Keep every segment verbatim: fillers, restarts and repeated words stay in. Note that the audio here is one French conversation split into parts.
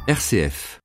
R C F.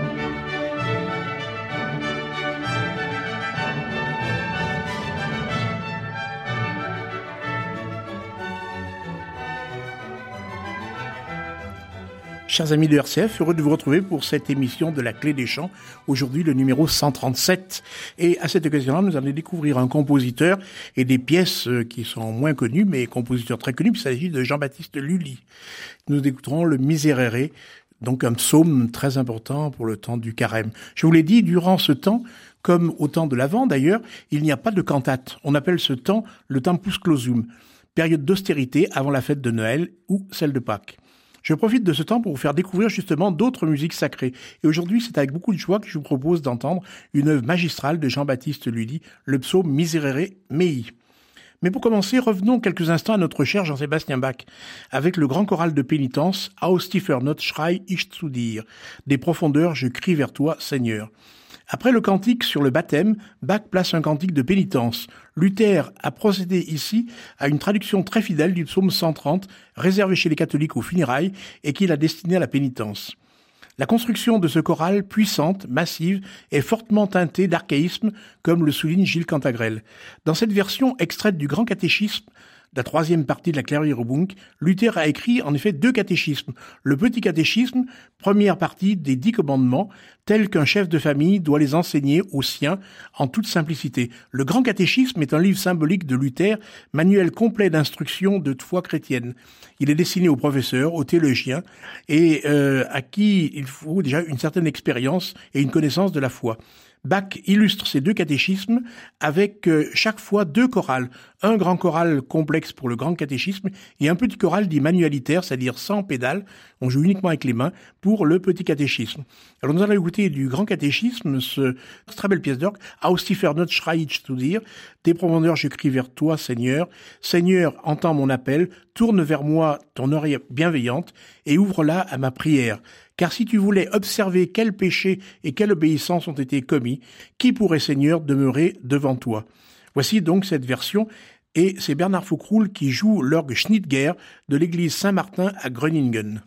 Chers amis de R C F, heureux de vous retrouver pour cette émission de la Clé des Chants, aujourd'hui le numéro cent trente-sept. Et à cette occasion-là, nous allons découvrir un compositeur et des pièces qui sont moins connues, mais compositeurs très connus. Il s'agit de Jean-Baptiste Lully. Nous écouterons le Miserere, donc un psaume très important pour le temps du carême. Je vous l'ai dit, durant ce temps, comme au temps de l'Avent d'ailleurs, il n'y a pas de cantate. On appelle ce temps le Tempus Clausum, période d'austérité avant la fête de Noël ou celle de Pâques. Je profite de ce temps pour vous faire découvrir justement d'autres musiques sacrées. Et aujourd'hui, c'est avec beaucoup de joie que je vous propose d'entendre une œuvre magistrale de Jean-Baptiste Lully, le psaume Miserere Mei. Mais pour commencer, revenons quelques instants à notre cher Jean-Sébastien Bach, avec le grand choral de pénitence « Aus tiefer Not schrei ich zu dir » des profondeurs, je crie vers toi, Seigneur. Après le cantique sur le baptême, Bach place un cantique de pénitence. Luther a procédé ici à une traduction très fidèle du psaume cent trente, réservé chez les catholiques aux funérailles et qu'il a destiné à la pénitence. La construction de ce choral, puissante, massive, est fortement teintée d'archaïsme, comme le souligne Gilles Cantagrel. Dans cette version extraite du Grand Catéchisme, la troisième partie de la Klärierung, Luther a écrit en effet deux catéchismes. Le Petit Catéchisme, première partie des dix commandements, tel qu'un chef de famille doit les enseigner aux siens en toute simplicité. Le Grand Catéchisme est un livre symbolique de Luther, manuel complet d'instruction de foi chrétienne. Il est destiné aux professeurs, aux théologiens, et euh, à qui il faut déjà une certaine expérience et une connaissance de la foi. Bach illustre ces deux catéchismes avec euh, chaque fois deux chorales, un grand choral complexe pour le grand catéchisme et un petit choral dit manualitaire, c'est-à-dire sans pédale, on joue uniquement avec les mains, pour le petit catéchisme. Alors nous allons écouter du grand catéchisme ce très belle pièce d'orgue, Aus tiefer Not schrei ich zu dir, tes profondeurs je crie vers toi Seigneur, Seigneur entends mon appel, tourne vers moi ton oreille bienveillante et ouvre-la à ma prière. Car si tu voulais observer quels péchés et quelle obéissance ont été commis, qui pourrait, Seigneur, demeurer devant toi? Voici donc cette version, et c'est Bernard Foucroul qui joue l'orgue Schnittger de l'église Saint-Martin à Groningen.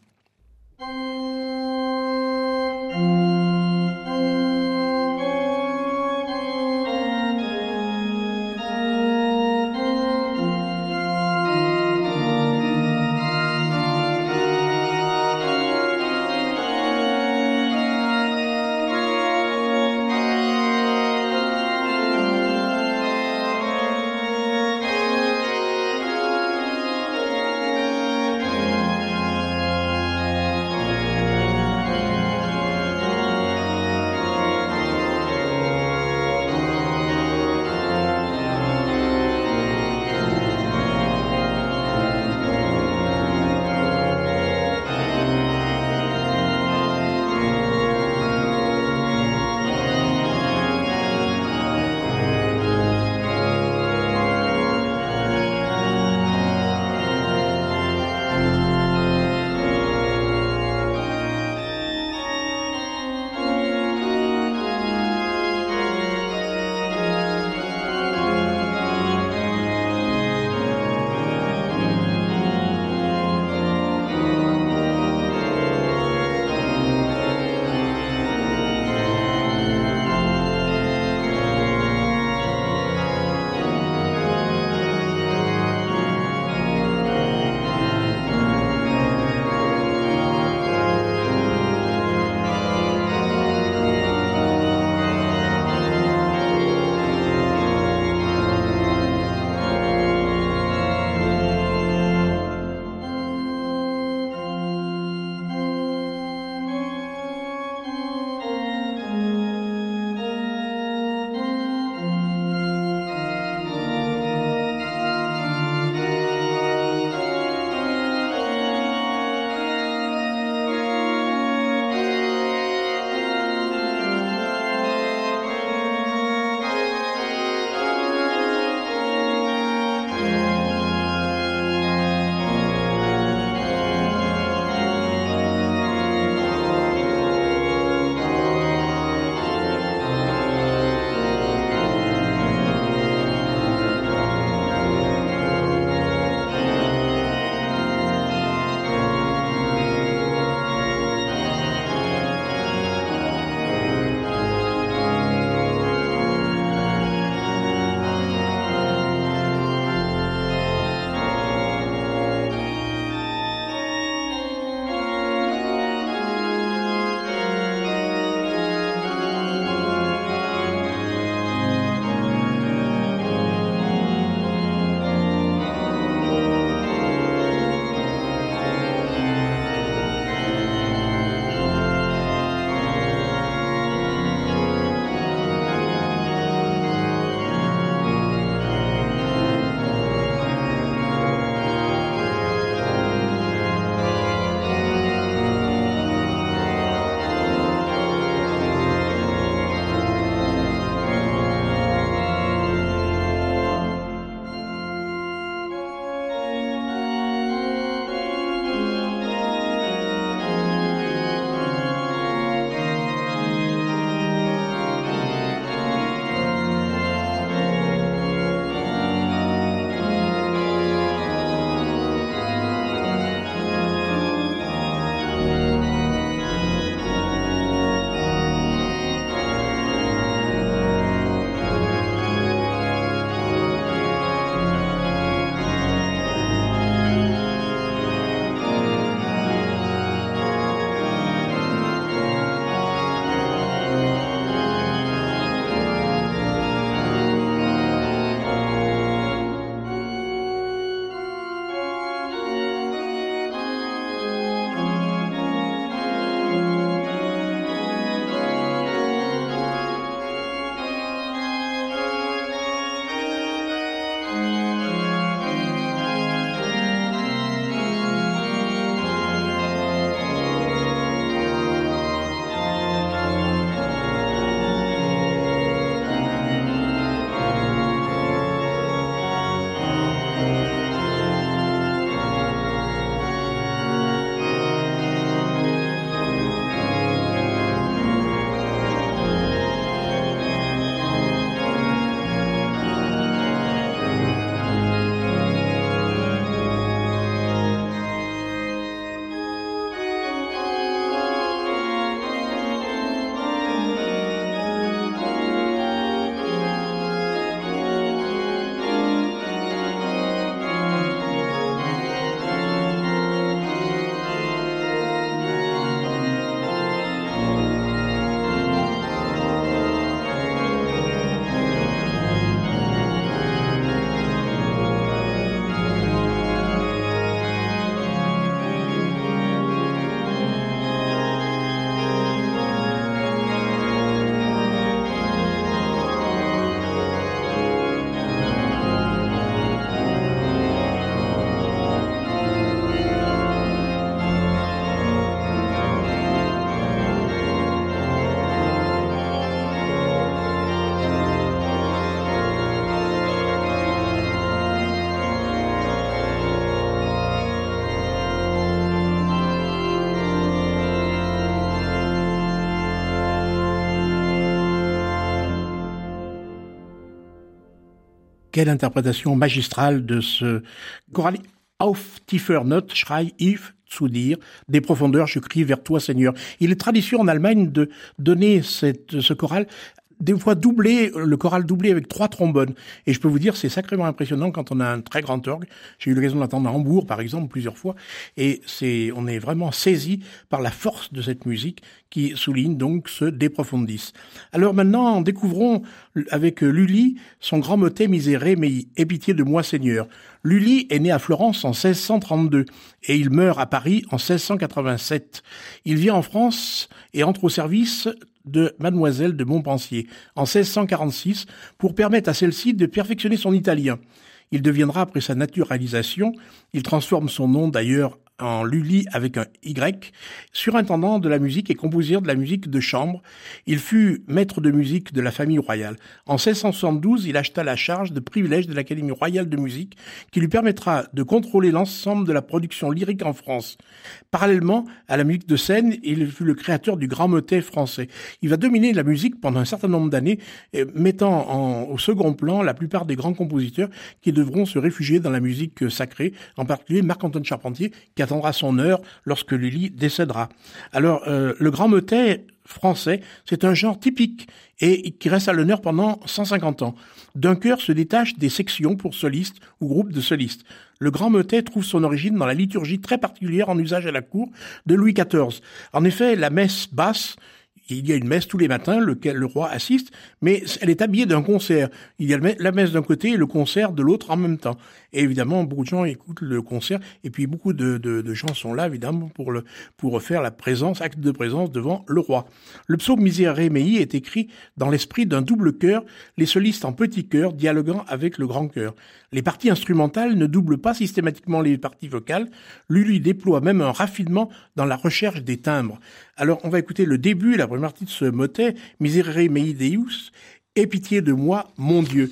Quelle interprétation magistrale de ce choral Auf tiefer Not schrei ich zu dir, des profondeurs je crie vers toi Seigneur. Il est tradition en Allemagne de donner cette, ce choral des fois doublé, le choral doublé avec trois trombones. Et je peux vous dire, c'est sacrément impressionnant quand on a un très grand orgue. J'ai eu l'occasion d'entendre à Hambourg, par exemple, plusieurs fois. Et c'est, on est vraiment saisi par la force de cette musique qui souligne donc ce De Profundis. Alors maintenant, découvrons avec Lully son grand motet Miserere mei, aie pitié de moi Seigneur. Lully est né à Florence en seize cent trente-deux et il meurt à Paris en seize cent quatre-vingt-sept. Il vient en France et entre au service de Mademoiselle de Montpensier en seize cent quarante-six pour permettre à celle-ci de perfectionner son italien. Il deviendra, après sa naturalisation, il transforme son nom d'ailleurs en Lully avec un Y, surintendant de la musique et compositeur de la musique de chambre. Il fut maître de musique de la famille royale. En seize cent soixante-douze, il acheta la charge de privilège de l'Académie royale de musique qui lui permettra de contrôler l'ensemble de la production lyrique en France. Parallèlement à la musique de scène, il fut le créateur du grand motet français. Il va dominer la musique pendant un certain nombre d'années, mettant en, au second plan la plupart des grands compositeurs qui devront se réfugier dans la musique sacrée, en particulier Marc-Antoine Charpentier, qui attendra son heure lorsque Lully décédera. Alors, euh, le grand motet français, c'est un genre typique et qui reste à l'honneur pendant cent cinquante ans. D'un chœur se détachent des sections pour solistes ou groupes de solistes. Le grand motet trouve son origine dans la liturgie très particulière en usage à la cour de Louis quatorze. En effet, la messe basse, il y a une messe tous les matins, lequel le roi assiste, mais elle est habillée d'un concert. Il y a la messe d'un côté et le concert de l'autre en même temps. Et évidemment, beaucoup de gens écoutent le concert, et puis beaucoup de, de, de gens sont là, évidemment, pour le, pour faire la présence, acte de présence devant le roi. Le psaume Miserere mei est écrit dans l'esprit d'un double chœur, les solistes en petit chœur dialoguant avec le grand chœur. Les parties instrumentales ne doublent pas systématiquement les parties vocales. Lully déploie même un raffinement dans la recherche des timbres. Alors, on va écouter le début et la première partie de ce motet, Miserere mei Deus, aie pitié de moi, mon Dieu.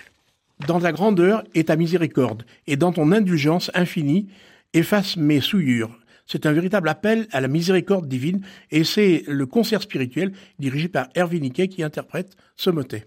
Dans ta grandeur est ta miséricorde, et dans ton indulgence infinie, efface mes souillures. C'est un véritable appel à la miséricorde divine, et c'est le concert spirituel dirigé par Hervé Niquet qui interprète ce motet.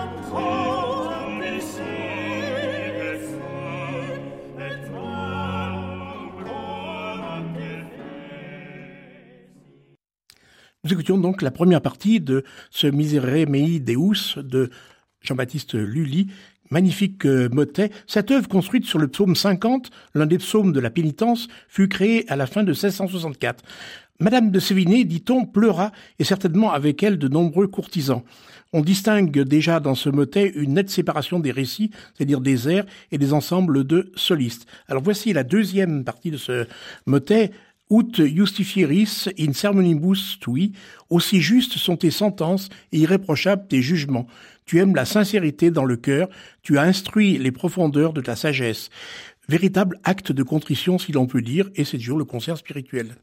Nous écoutions donc la première partie de ce Miserere Mei Deus de Jean-Baptiste Lully, magnifique motet. Cette œuvre, construite sur le psaume cinquante, l'un des psaumes de la pénitence, fut créée à la fin de seize cent soixante-quatre. Madame de Sévigné, dit-on, pleura, et certainement avec elle de nombreux courtisans. On distingue déjà dans ce motet une nette séparation des récits, c'est-à-dire des airs et des ensembles de solistes. Alors voici la deuxième partie de ce motet, Ut justifieris in sermonibus tui, aussi justes sont tes sentences et irréprochables tes jugements. Tu aimes la sincérité dans le cœur, tu as instruit les profondeurs de ta sagesse. Véritable acte de contrition, si l'on peut dire, et c'est toujours le concert spirituel.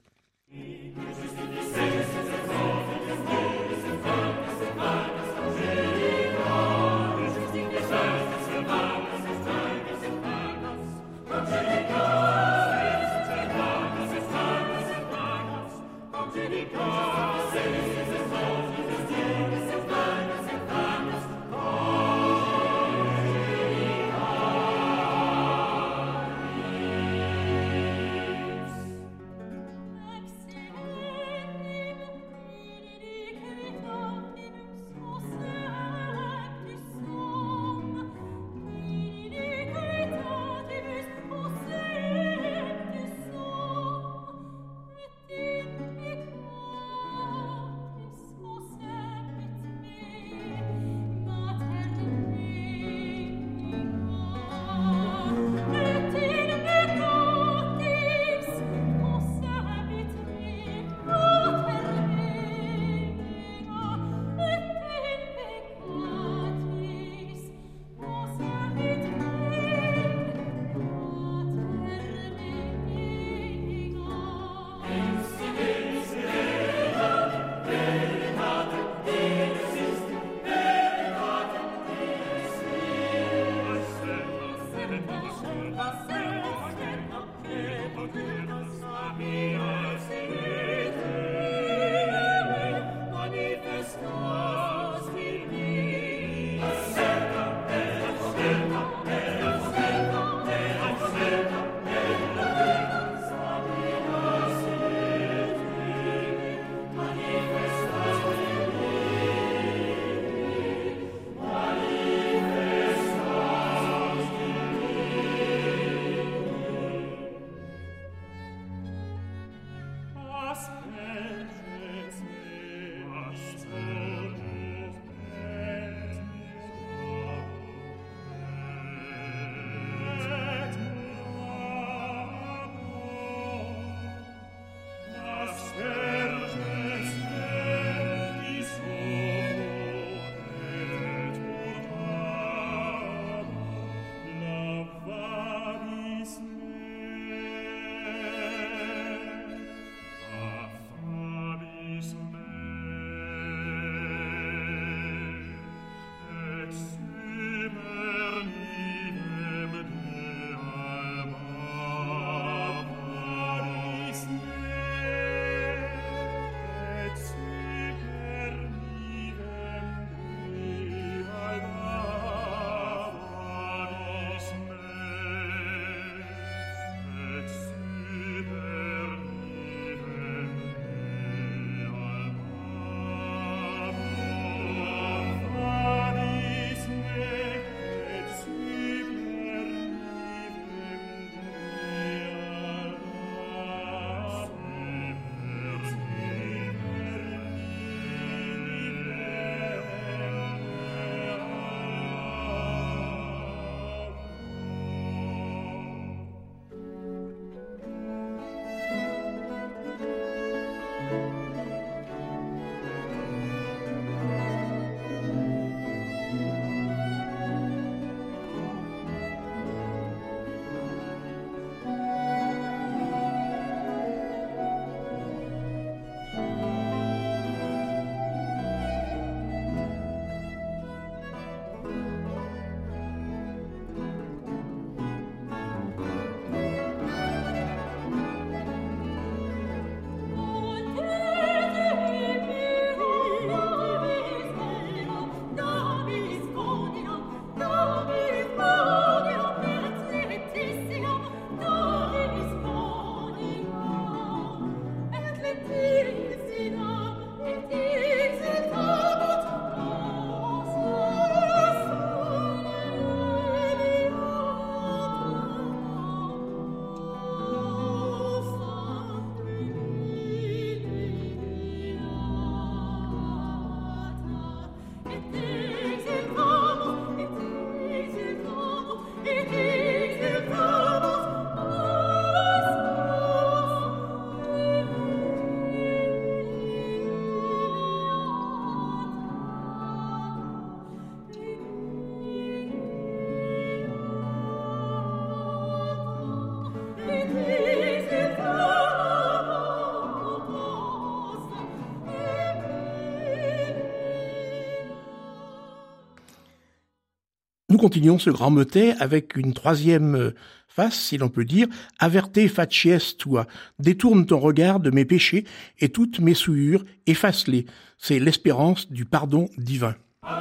Nous continuons ce grand motet avec une troisième face, si l'on peut dire, Averte facies tua, détourne ton regard de mes péchés et toutes mes souillures, efface-les. C'est l'espérance du pardon divin.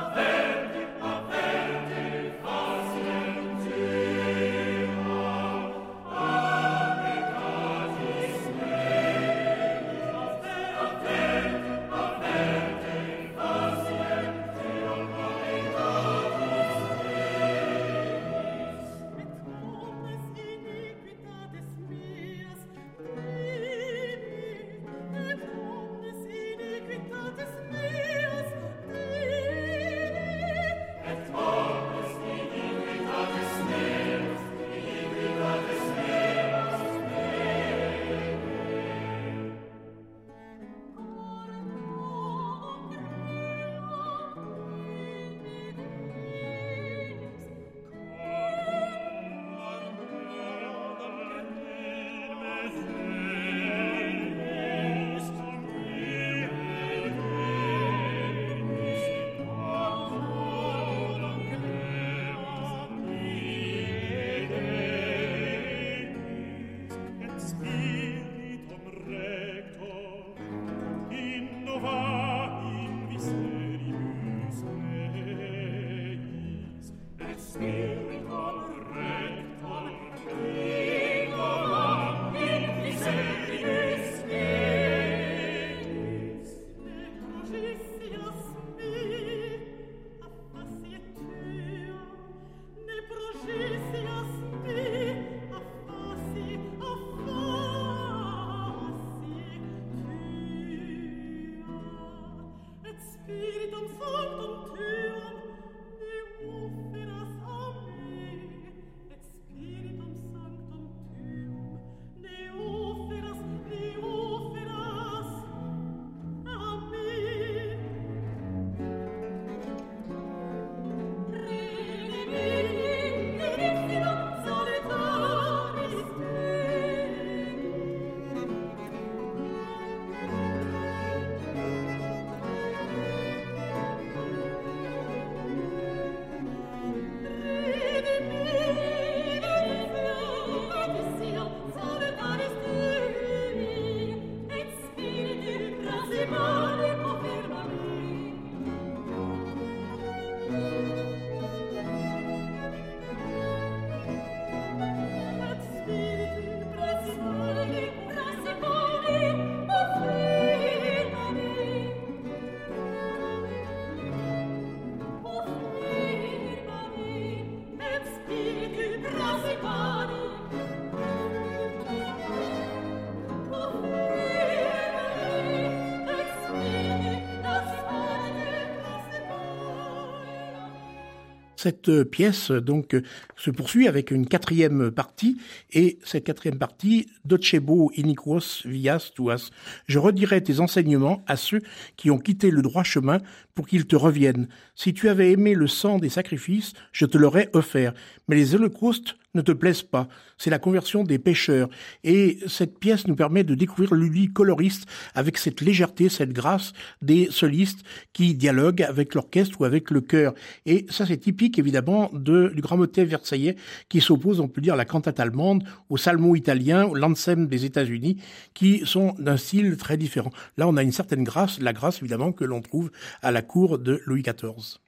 Cette pièce donc se poursuit avec une quatrième partie, et cette quatrième partie, Docebo iniquos vias tuas, je redirai tes enseignements à ceux qui ont quitté le droit chemin pour qu'ils te reviennent. Si tu avais aimé le sang des sacrifices, je te l'aurais offert, mais les holocaustes ne te plaisent pas. C'est la conversion des pécheurs. Et cette pièce nous permet de découvrir l'Ully coloriste avec cette légèreté, cette grâce des solistes qui dialoguent avec l'orchestre ou avec le chœur. Et ça, c'est typique, évidemment, de, du grand motet versaillais qui s'oppose, on peut dire, à la cantate allemande, au salmo italien, au l'anthème des États-Unis, qui sont d'un style très différent. Là, on a une certaine grâce, la grâce, évidemment, que l'on trouve à la cour de Louis quatorze.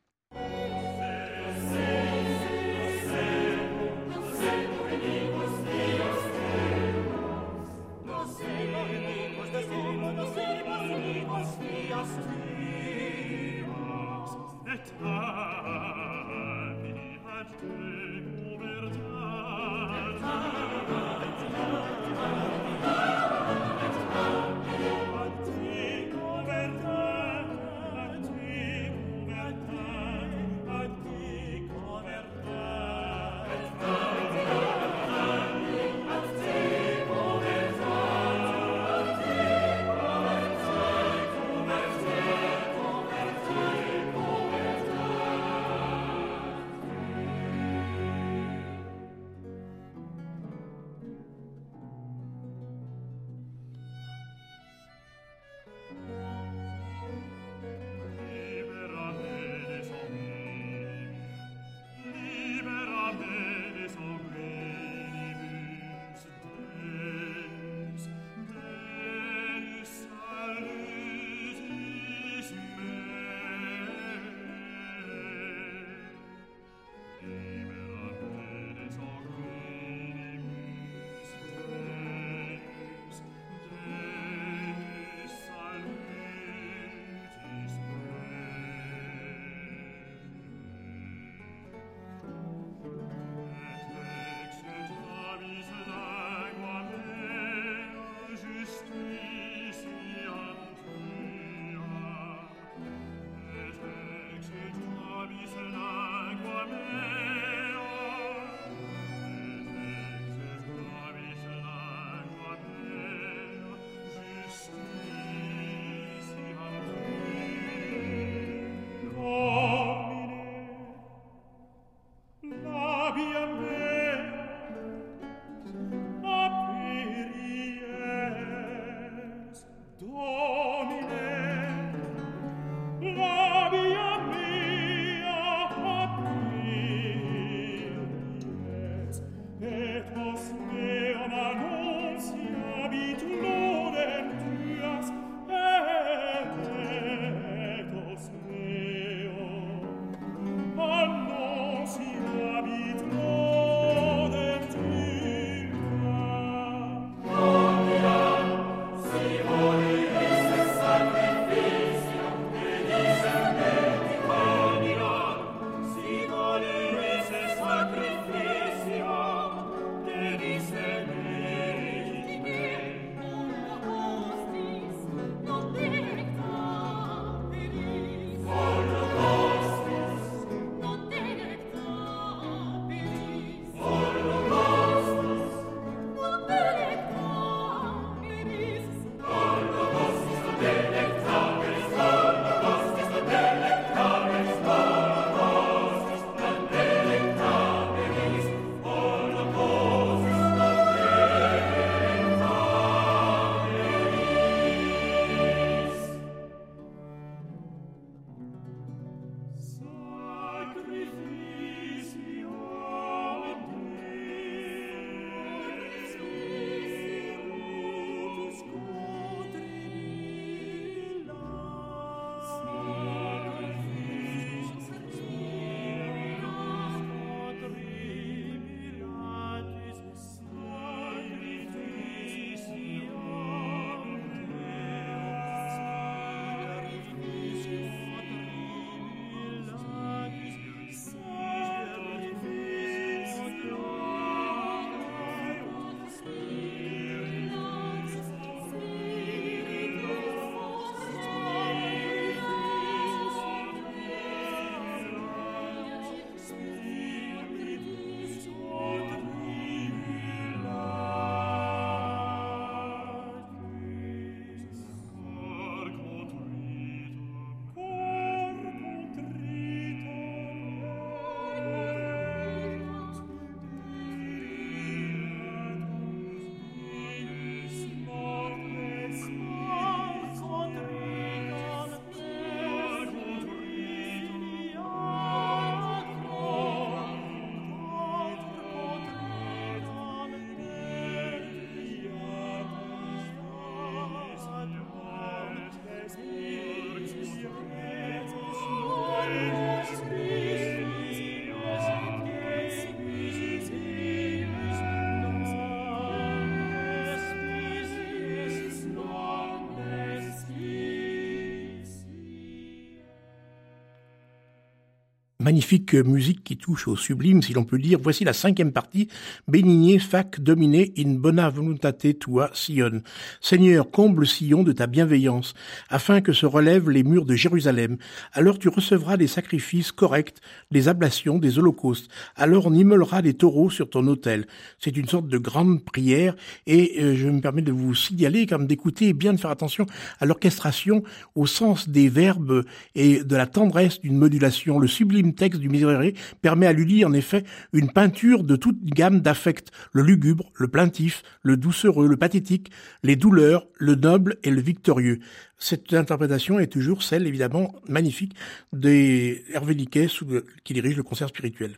Magnifique musique qui touche au sublime, si l'on peut dire. Voici la cinquième partie. Bénigne fac domine in bona voluntate tua Sion. Seigneur, comble Sion de ta bienveillance, afin que se relèvent les murs de Jérusalem. Alors tu recevras des sacrifices corrects, des ablations, des holocaustes. Alors on immolera des taureaux sur ton autel. C'est une sorte de grande prière et euh, je me permets de vous signaler, comme d'écouter et bien de faire attention à l'orchestration, au sens des verbes et de la tendresse d'une modulation. Le sublime texte du Miserere permet à Lully, en effet, une peinture de toute gamme d'affects, le lugubre, le plaintif, le doucereux, le pathétique, les douleurs, le noble et le victorieux. Cette interprétation est toujours celle, évidemment, magnifique des Hervé Niquet, qui dirige le concert spirituel.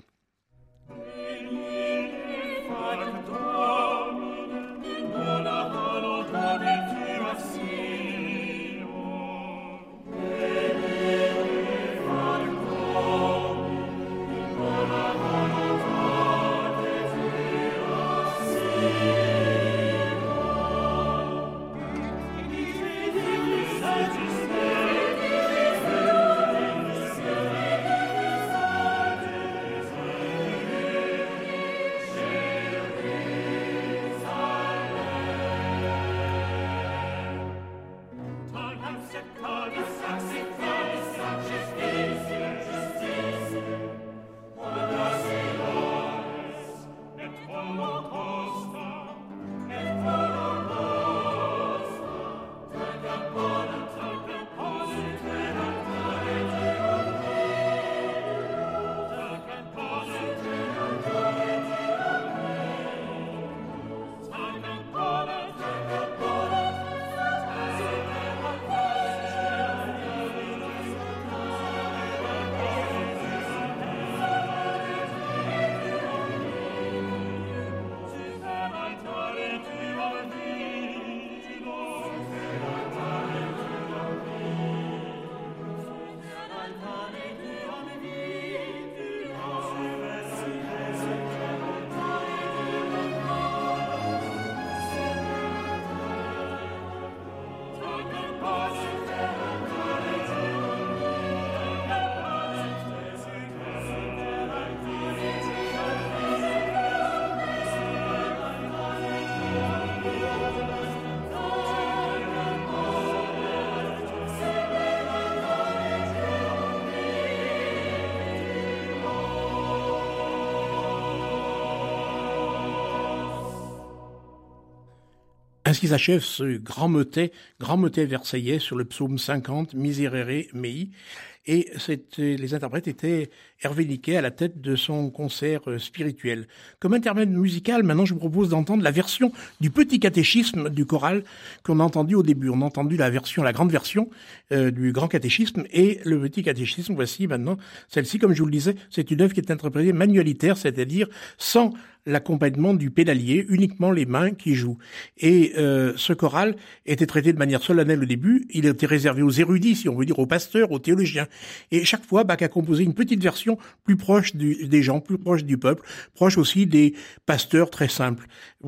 Ainsi s'achève ce grand motet, grand motet versaillais sur le psaume cinquante, Miserere Mei. Et les interprètes étaient Hervé Niquet à la tête de son concert spirituel. Comme intermède musical, maintenant je vous propose d'entendre la version du petit catéchisme du choral qu'on a entendu au début. On a entendu la version, la grande version euh, du grand catéchisme et le petit catéchisme. Voici maintenant celle-ci, comme je vous le disais, c'est une œuvre qui est interprétée manualitaire, c'est-à-dire sans l'accompagnement du pédalier, uniquement les mains qui jouent. Et euh, ce choral était traité de manière solennelle au début, il était réservé aux érudits, si on veut dire aux pasteurs, aux théologiens. Et chaque fois, Bach a composé une petite version plus proche du, des gens, plus proche du peuple, proche aussi des pasteurs très simples.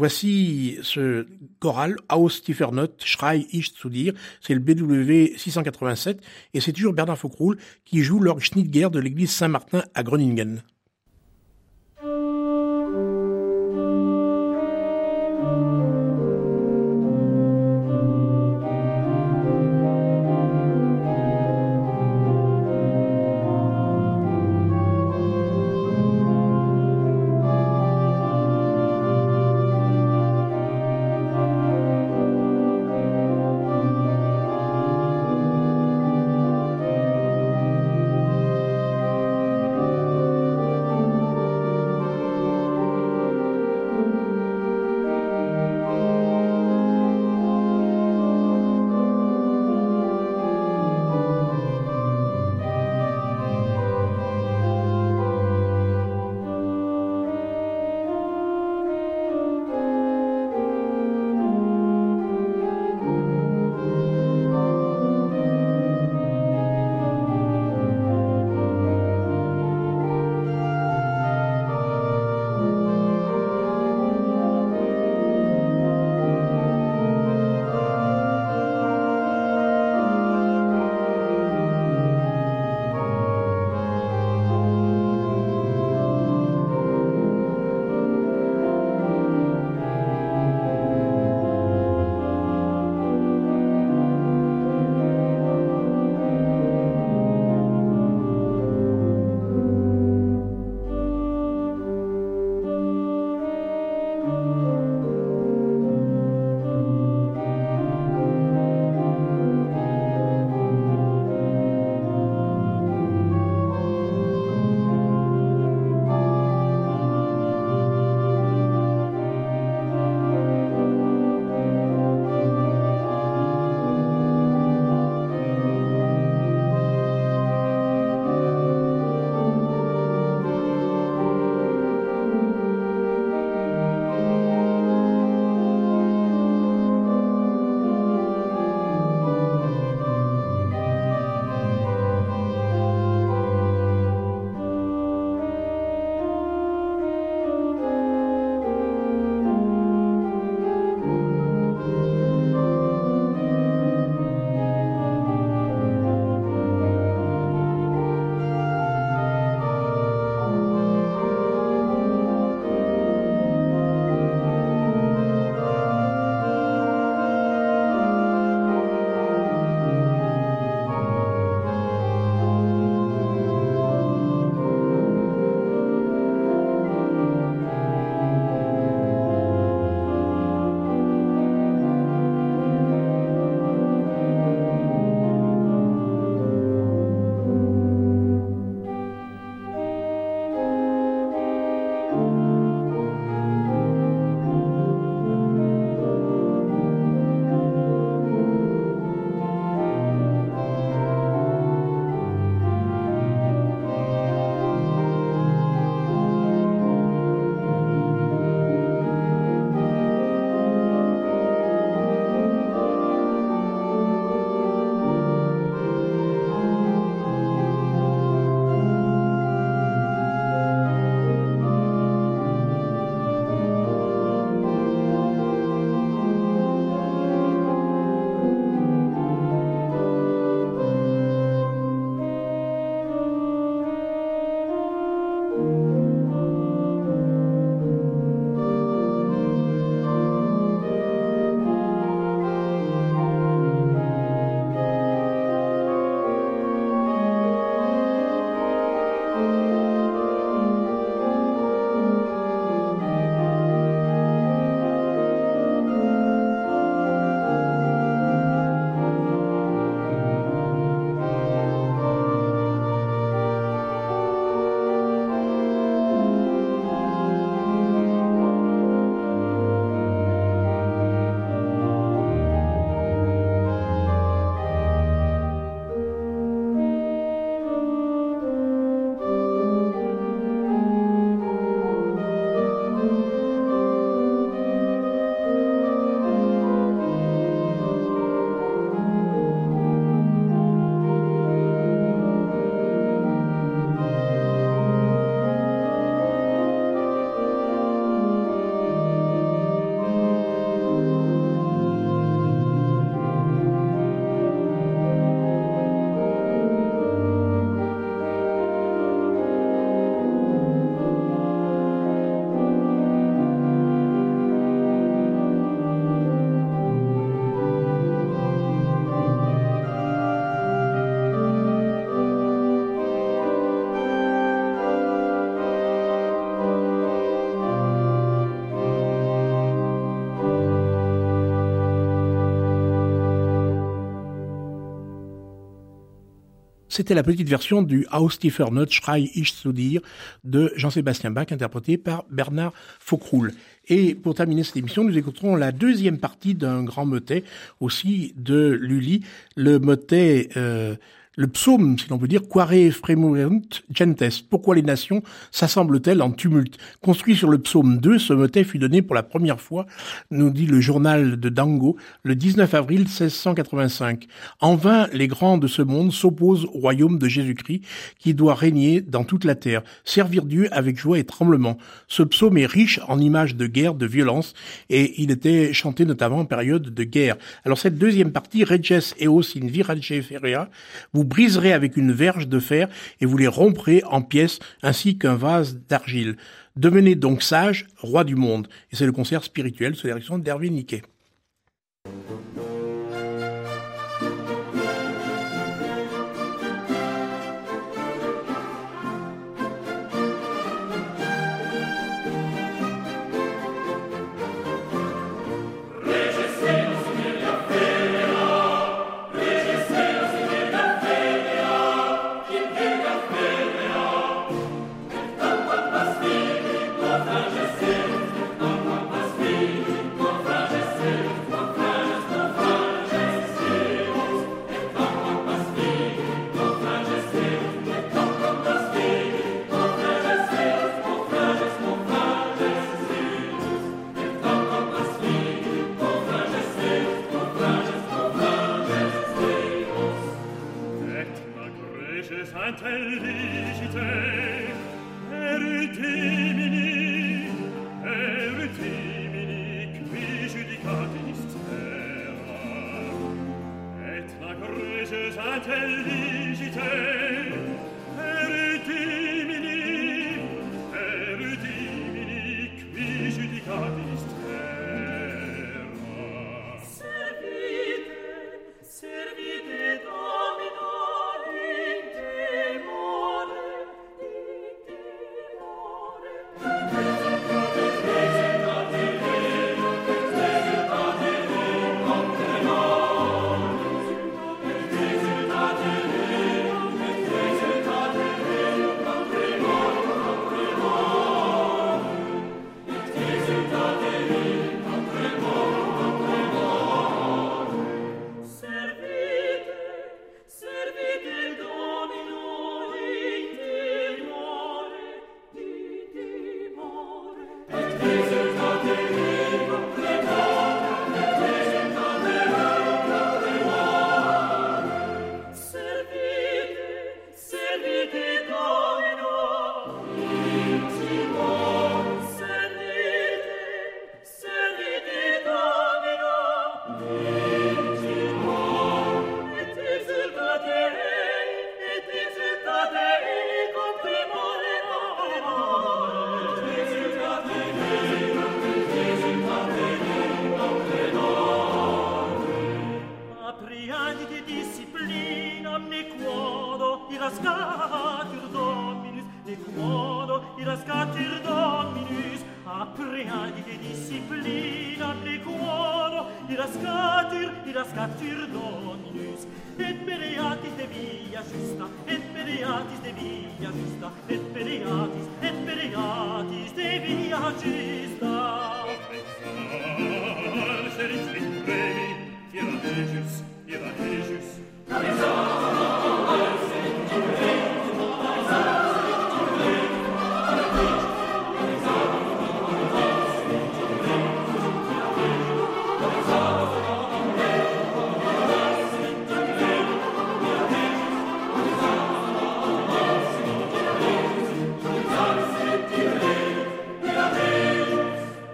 Voici ce choral, Aus tiefer Not, Schrei ich zu dir, c'est le B W six cent quatre-vingt-sept, et c'est toujours Bernard Faucroul qui joue l'orgue Schnitger de l'église Saint-Martin à Groningen. Thank you. C'était la petite version du Aus tiefer Not schrei ich zu dir de Jean-Sébastien Bach, interprété par Bernard Faucroul. Et pour terminer cette émission, nous écouterons la deuxième partie d'un grand motet, aussi de Lully, le motet... Euh, Le psaume, si l'on peut dire, Quare fremuerunt gentes. Pourquoi les nations s'assemblent-elles en tumulte? Construit sur le psaume deux, ce motet fut donné pour la première fois, nous dit le journal de Dango, le dix-neuf avril seize cent quatre-vingt-cinq. En vain, les grands de ce monde s'opposent au royaume de Jésus-Christ, qui doit régner dans toute la terre. Servir Dieu avec joie et tremblement. Ce psaume est riche en images de guerre, de violence, et il était chanté notamment en période de guerre. Alors cette deuxième partie, Reges eos in virage ferea, vous briserez avec une verge de fer et vous les romprez en pièces ainsi qu'un vase d'argile. Devenez donc sage, roi du monde. Et c'est le concert spirituel sous la direction d'Hervé Niquet.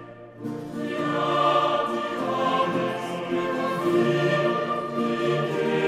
Yeah.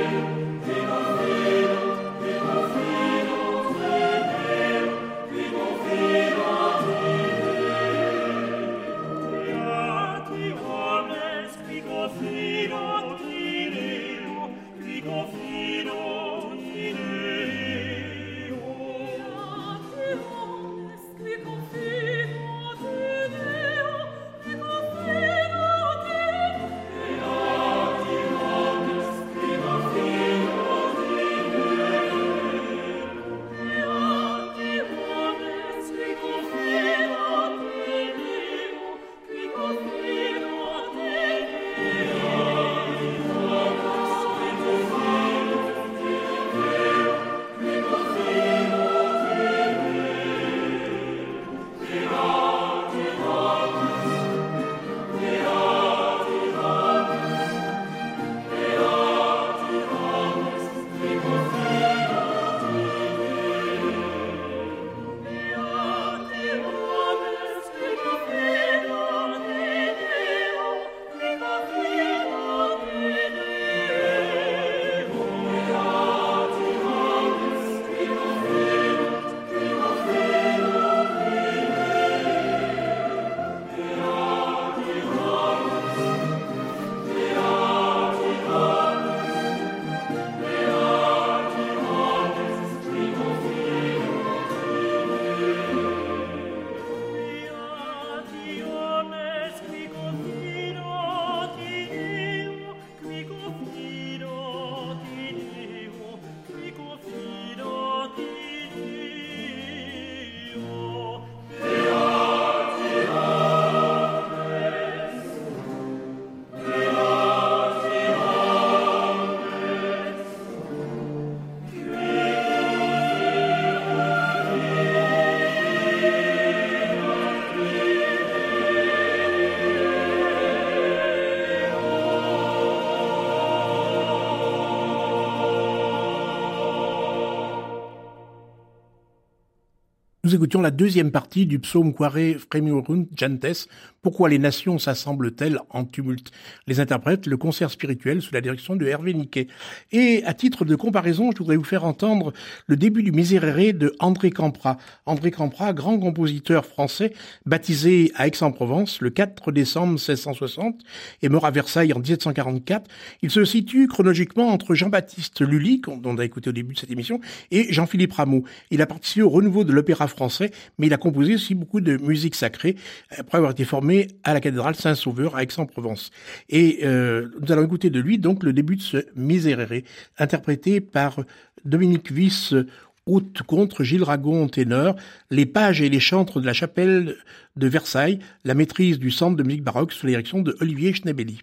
Nous écoutions la deuxième partie du psaume Quare Fremuerunt Gentes. Pourquoi les nations s'assemblent-elles en tumulte? Les interprètes, le concert spirituel sous la direction de Hervé Niquet. Et à titre de comparaison, je voudrais vous faire entendre le début du Miserere de André Campra. André Campra, grand compositeur français, baptisé à Aix-en-Provence le quatre décembre mille six cent soixante et mort à Versailles en dix-sept cent quarante-quatre. Il se situe chronologiquement entre Jean-Baptiste Lully, dont on a écouté au début de cette émission, et Jean-Philippe Rameau. Il a participé au renouveau de l'opéra français, mais il a composé aussi beaucoup de musique sacrée après avoir été formé à la cathédrale Saint-Sauveur à Aix-en-Provence. Et euh, nous allons écouter de lui donc le début de ce Miserere, interprété par Dominique Wyss, haute contre Gilles Ragon, ténor, les pages et les chantres de la chapelle de Versailles, la maîtrise du centre de musique baroque sous la direction de Olivier Schnebeli.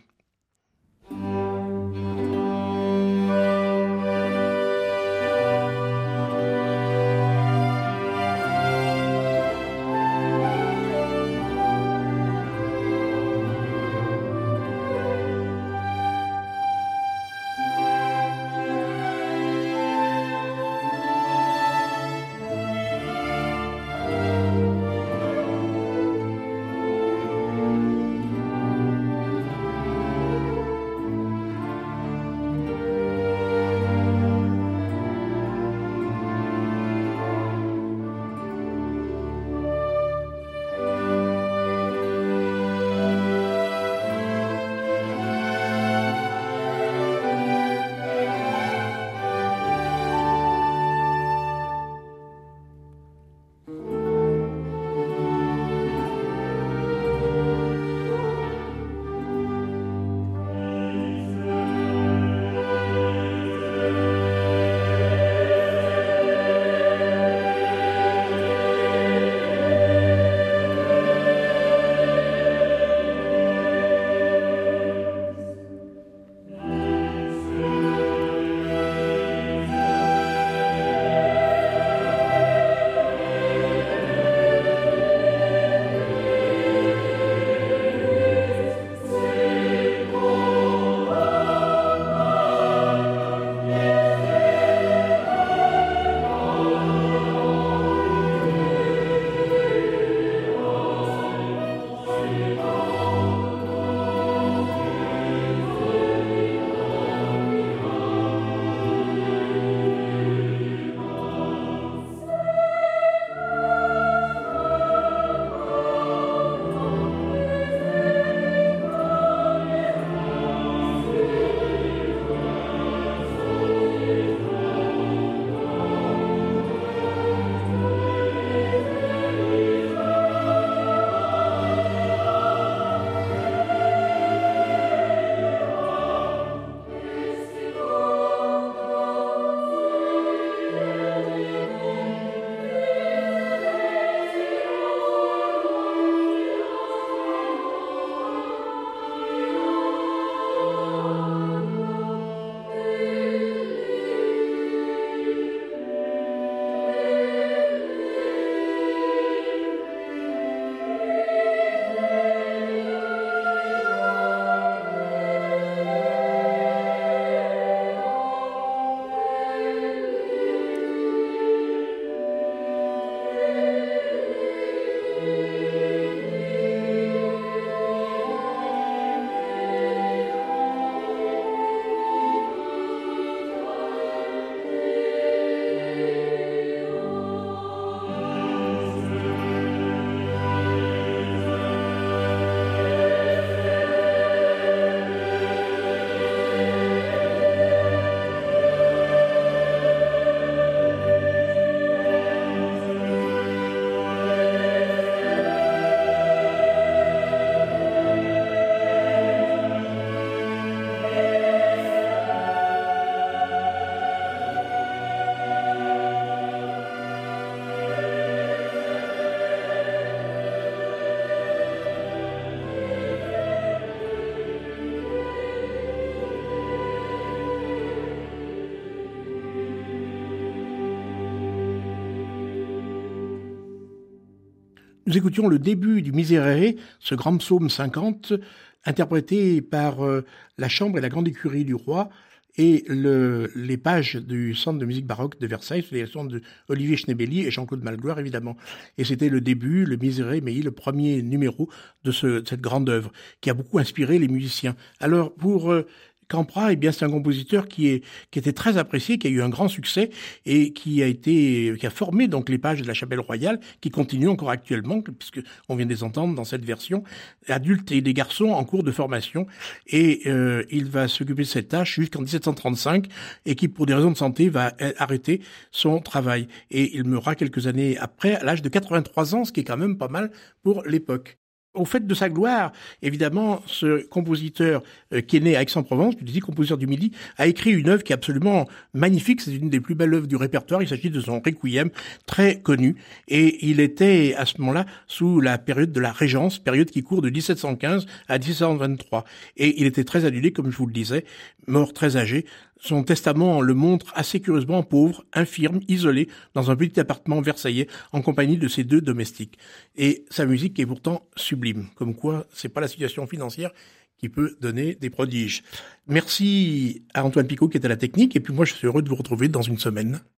Thank Nous écoutions le début du Miserere, ce grand psaume cinquante, interprété par euh, la chambre et la grande écurie du roi, et le, les pages du Centre de musique baroque de Versailles, sous les direction de Olivier Schnebeli et Jean-Claude Malgloire, évidemment. Et c'était le début, le Miserere Mei, le premier numéro de, ce, de cette grande œuvre, qui a beaucoup inspiré les musiciens. Alors, pour euh, Campra, eh bien, c'est un compositeur qui est, qui était très apprécié, qui a eu un grand succès et qui a été, qui a formé donc les pages de la Chapelle Royale, qui continuent encore actuellement, puisque on vient de les entendre dans cette version, adultes et des garçons en cours de formation. Et euh, il va s'occuper de cette tâche jusqu'en dix-sept cent trente-cinq, et qui, pour des raisons de santé, va arrêter son travail. Et il meurra quelques années après, à l'âge de quatre-vingt-trois ans, ce qui est quand même pas mal pour l'époque. Au fait de sa gloire, évidemment, ce compositeur euh, qui est né à Aix-en-Provence, je disais compositeur du Midi, a écrit une œuvre qui est absolument magnifique. C'est une des plus belles œuvres du répertoire. Il s'agit de son Requiem, très connu. Et il était, à ce moment-là, sous la période de la Régence, période qui court de dix-sept cent quinze à dix-sept cent vingt-trois. Et il était très adulé, comme je vous le disais, mort très âgé. Son testament le montre assez curieusement pauvre, infirme, isolé, dans un petit appartement versaillais, en compagnie de ses deux domestiques. Et sa musique est pourtant sublime. Comme quoi, c'est pas la situation financière qui peut donner des prodiges. Merci à Antoine Picot qui est à la technique, et puis moi je suis heureux de vous retrouver dans une semaine.